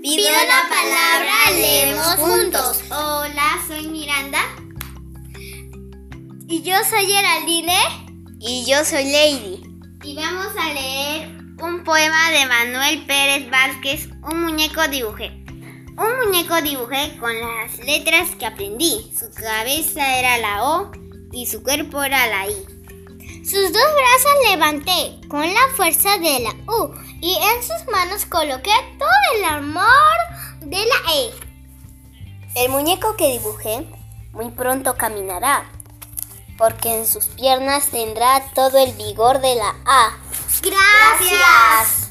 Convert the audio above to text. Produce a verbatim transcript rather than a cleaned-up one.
Pido la palabra, leemos juntos. Hola, soy Miranda. Y yo soy Geraldine. Y yo soy Lady. Y vamos a leer un poema de Manuel Pérez Vázquez, Un muñeco dibujé. Un muñeco dibujé con las letras que aprendí. Su cabeza era la O y su cuerpo era la I. Sus dos brazos levanté con la fuerza de la U y en sus manos coloqué todo el amor de la E. El muñeco que dibujé muy pronto caminará, porque en sus piernas tendrá todo el vigor de la A. ¡Gracias!